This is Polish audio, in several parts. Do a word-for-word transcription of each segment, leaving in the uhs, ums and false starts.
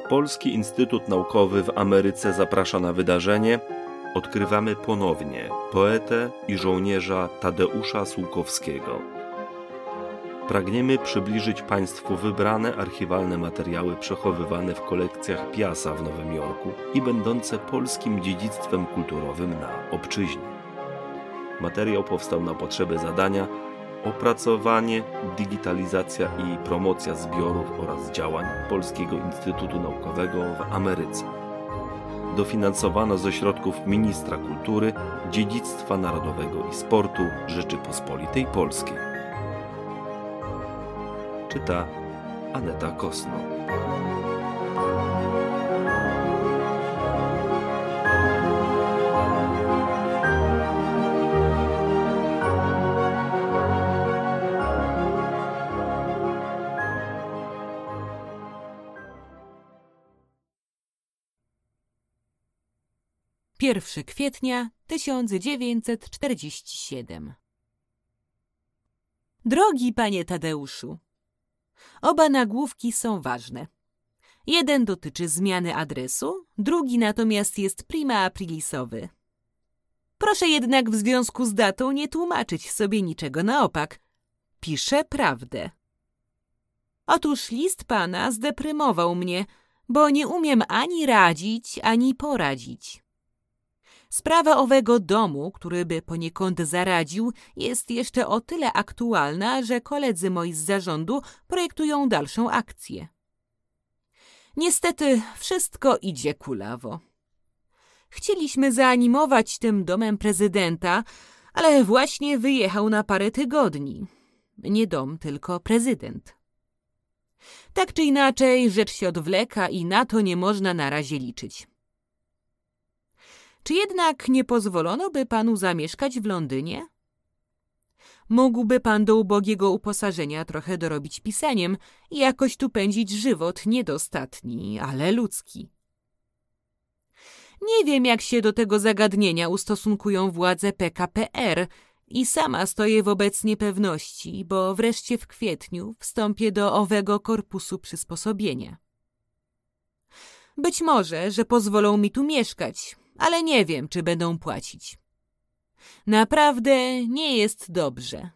Polski Instytut Naukowy w Ameryce zaprasza na wydarzenie Odkrywamy ponownie poetę i żołnierza Tadeusza Sułkowskiego. Pragniemy przybliżyć Państwu wybrane archiwalne materiały przechowywane w kolekcjach Piasa w Nowym Jorku i będące polskim dziedzictwem kulturowym na obczyźnie. Materiał powstał na potrzeby zadania opracowanie, digitalizacja i promocja zbiorów oraz działań Polskiego Instytutu Naukowego w Ameryce. Dofinansowano ze środków Ministra Kultury, Dziedzictwa Narodowego i Sportu Rzeczypospolitej Polskiej. Czyta Aneta Kosno. pierwszego kwietnia tysiąc dziewięćset czterdziestego siódmego. Drogi panie Tadeuszu, oba nagłówki są ważne. Jeden dotyczy zmiany adresu, drugi natomiast jest prima aprilisowy. Proszę jednak w związku z datą nie tłumaczyć sobie niczego na opak. Piszę prawdę. Otóż list pana zdeprymował mnie, bo nie umiem ani radzić, ani poradzić. Sprawa owego domu, który by poniekąd zaradził, jest jeszcze o tyle aktualna, że koledzy moi z zarządu projektują dalszą akcję. Niestety wszystko idzie kulawo. Chcieliśmy zaanimować tym domem prezydenta, ale właśnie wyjechał na parę tygodni. Nie dom, tylko prezydent. Tak czy inaczej, rzecz się odwleka i na to nie można na razie liczyć. Czy jednak nie pozwolono by panu zamieszkać w Londynie? Mógłby pan do ubogiego uposażenia trochę dorobić pisaniem i jakoś tu pędzić żywot niedostatni, ale ludzki. Nie wiem, jak się do tego zagadnienia ustosunkują władze P K P R i sama stoję wobec niepewności, bo wreszcie w kwietniu wstąpię do owego korpusu przysposobienia. Być może, że pozwolą mi tu mieszkać, ale nie wiem, czy będą płacić. Naprawdę nie jest dobrze.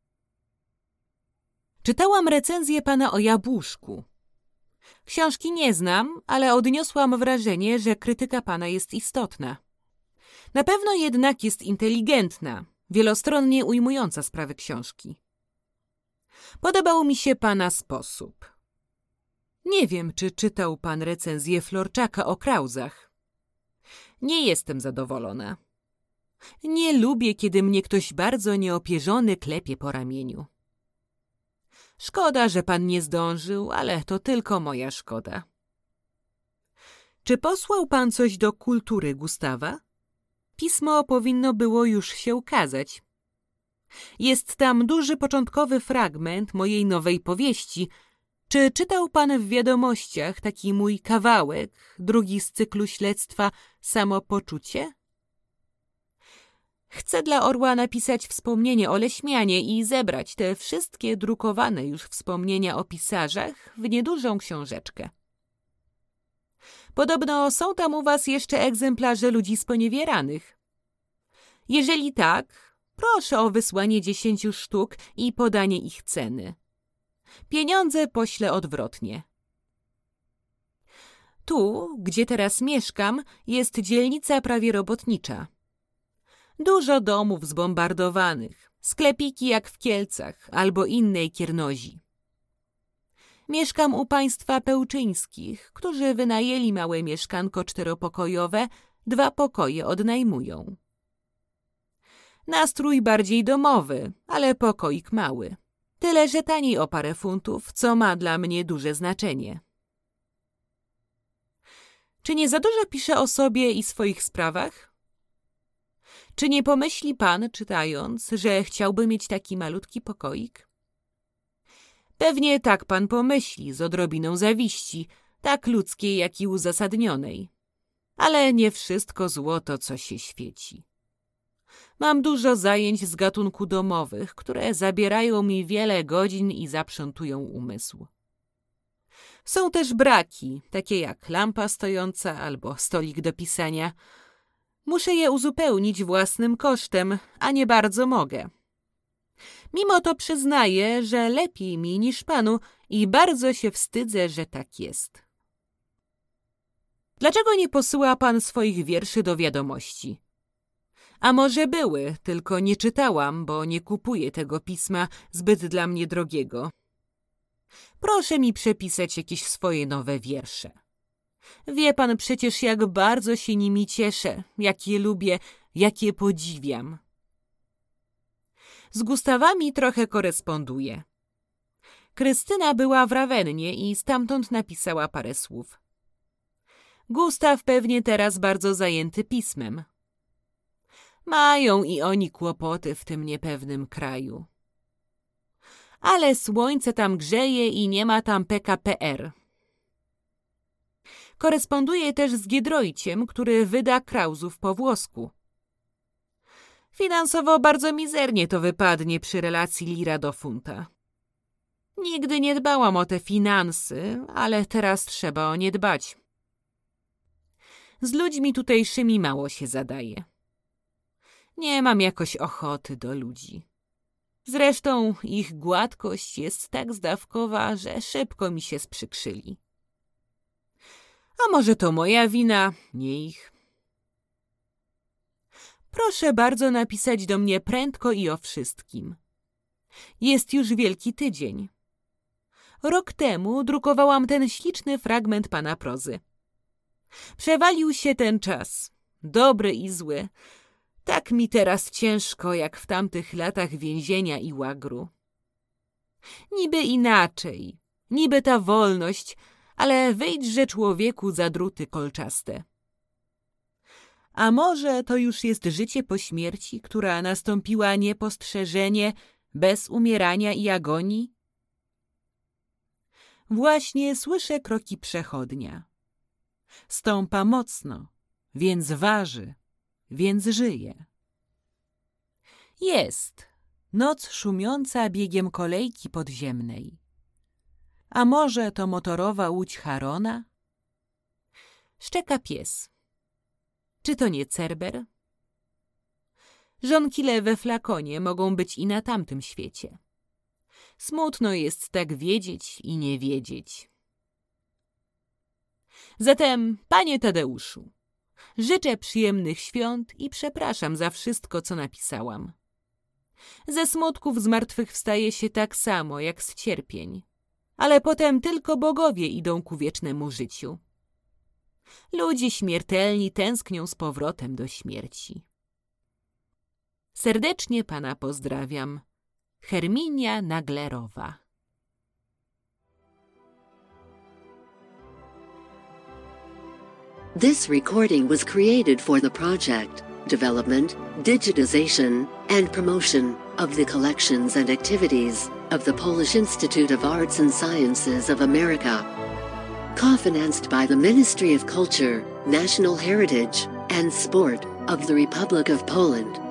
Czytałam recenzję pana o Jabłuszku. Książki nie znam, ale odniosłam wrażenie, że krytyka pana jest istotna. Na pewno jednak jest inteligentna, wielostronnie ujmująca sprawę książki. Podobał mi się pana sposób. Nie wiem, czy czytał pan recenzję Florczaka o Krauzach. Nie jestem zadowolona. Nie lubię, kiedy mnie ktoś bardzo nieopierzony klepie po ramieniu. Szkoda, że pan nie zdążył, ale to tylko moja szkoda. Czy posłał pan coś do Kultury Gustawa? Pismo powinno było już się ukazać. Jest tam duży początkowy fragment mojej nowej powieści. Czy czytał pan w wiadomościach taki mój kawałek, drugi z cyklu śledztwa Samopoczucie? Chcę dla Orła napisać wspomnienie o Leśmianie i zebrać te wszystkie drukowane już wspomnienia o pisarzach w niedużą książeczkę. Podobno są tam u was jeszcze egzemplarze ludzi sponiewieranych. Jeżeli tak, proszę o wysłanie dziesięciu sztuk i podanie ich ceny. Pieniądze poślę odwrotnie. Tu, gdzie teraz mieszkam, jest dzielnica prawie robotnicza. Dużo domów zbombardowanych, sklepiki jak w Kielcach albo innej Kiernozi. Mieszkam u państwa Pełczyńskich, którzy wynajęli małe mieszkanko czteropokojowe, dwa pokoje odnajmują. Nastrój bardziej domowy, ale pokoik mały. Tyle, że taniej o parę funtów, co ma dla mnie duże znaczenie. Czy nie za dużo piszę o sobie i swoich sprawach? Czy nie pomyśli pan, czytając, że chciałby mieć taki malutki pokoik? Pewnie tak pan pomyśli, z odrobiną zawiści, tak ludzkiej, jak i uzasadnionej. Ale nie wszystko złoto, co się świeci. Mam dużo zajęć z gatunku domowych, które zabierają mi wiele godzin i zaprzątują umysł. Są też braki, takie jak lampa stojąca albo stolik do pisania. Muszę je uzupełnić własnym kosztem, a nie bardzo mogę. Mimo to przyznaję, że lepiej mi niż panu i bardzo się wstydzę, że tak jest. Dlaczego nie posyła pan swoich wierszy do wiadomości? A może były, tylko nie czytałam, bo nie kupuję tego pisma, zbyt dla mnie drogiego. Proszę mi przepisać jakieś swoje nowe wiersze. Wie pan przecież, jak bardzo się nimi cieszę, jak je lubię, jak je podziwiam. Z Gustawami trochę koresponduję. Krystyna była w Rawennie i stamtąd napisała parę słów. Gustaw pewnie teraz bardzo zajęty pismem. Mają i oni kłopoty w tym niepewnym kraju. Ale słońce tam grzeje i nie ma tam P K P R. Koresponduję też z Giedroyciem, który wyda Krauzów po włosku. Finansowo bardzo mizernie to wypadnie przy relacji lira do funta. Nigdy nie dbałam o te finansy, ale teraz trzeba o nie dbać. Z ludźmi tutejszymi mało się zadaje. Nie mam jakoś ochoty do ludzi. Zresztą ich gładkość jest tak zdawkowa, że szybko mi się sprzykrzyli. A może to moja wina, nie ich. Proszę bardzo napisać do mnie prędko i o wszystkim. Jest już Wielki Tydzień. Rok temu drukowałam ten śliczny fragment pana prozy. Przewalił się ten czas, dobry i zły. Tak mi teraz ciężko, jak w tamtych latach więzienia i łagru. Niby inaczej, niby ta wolność, ale wyjdźże człowieku za druty kolczaste. A może to już jest życie po śmierci, która nastąpiła niepostrzeżenie, bez umierania i agonii? Właśnie słyszę kroki przechodnia. Stąpa mocno, więc waży, więc żyje. Jest noc szumiąca biegiem kolejki podziemnej. A może to motorowa łódź Harona? Szczeka pies. Czy to nie Cerber? Żonkile we flakonie mogą być i na tamtym świecie. Smutno jest tak wiedzieć i nie wiedzieć. Zatem, panie Tadeuszu, życzę przyjemnych świąt i przepraszam za wszystko, co napisałam. Ze smutków zmartwychwstaje się tak samo, jak z cierpień, ale potem tylko bogowie idą ku wiecznemu życiu. Ludzie śmiertelni tęsknią z powrotem do śmierci. Serdecznie pana pozdrawiam. Herminia Naglerowa. This recording was created for the project, development, digitization, and promotion of the collections and activities of the Polish Institute of Arts and Sciences of America. Co-financed by the Ministry of Culture, National Heritage, and Sport of the Republic of Poland.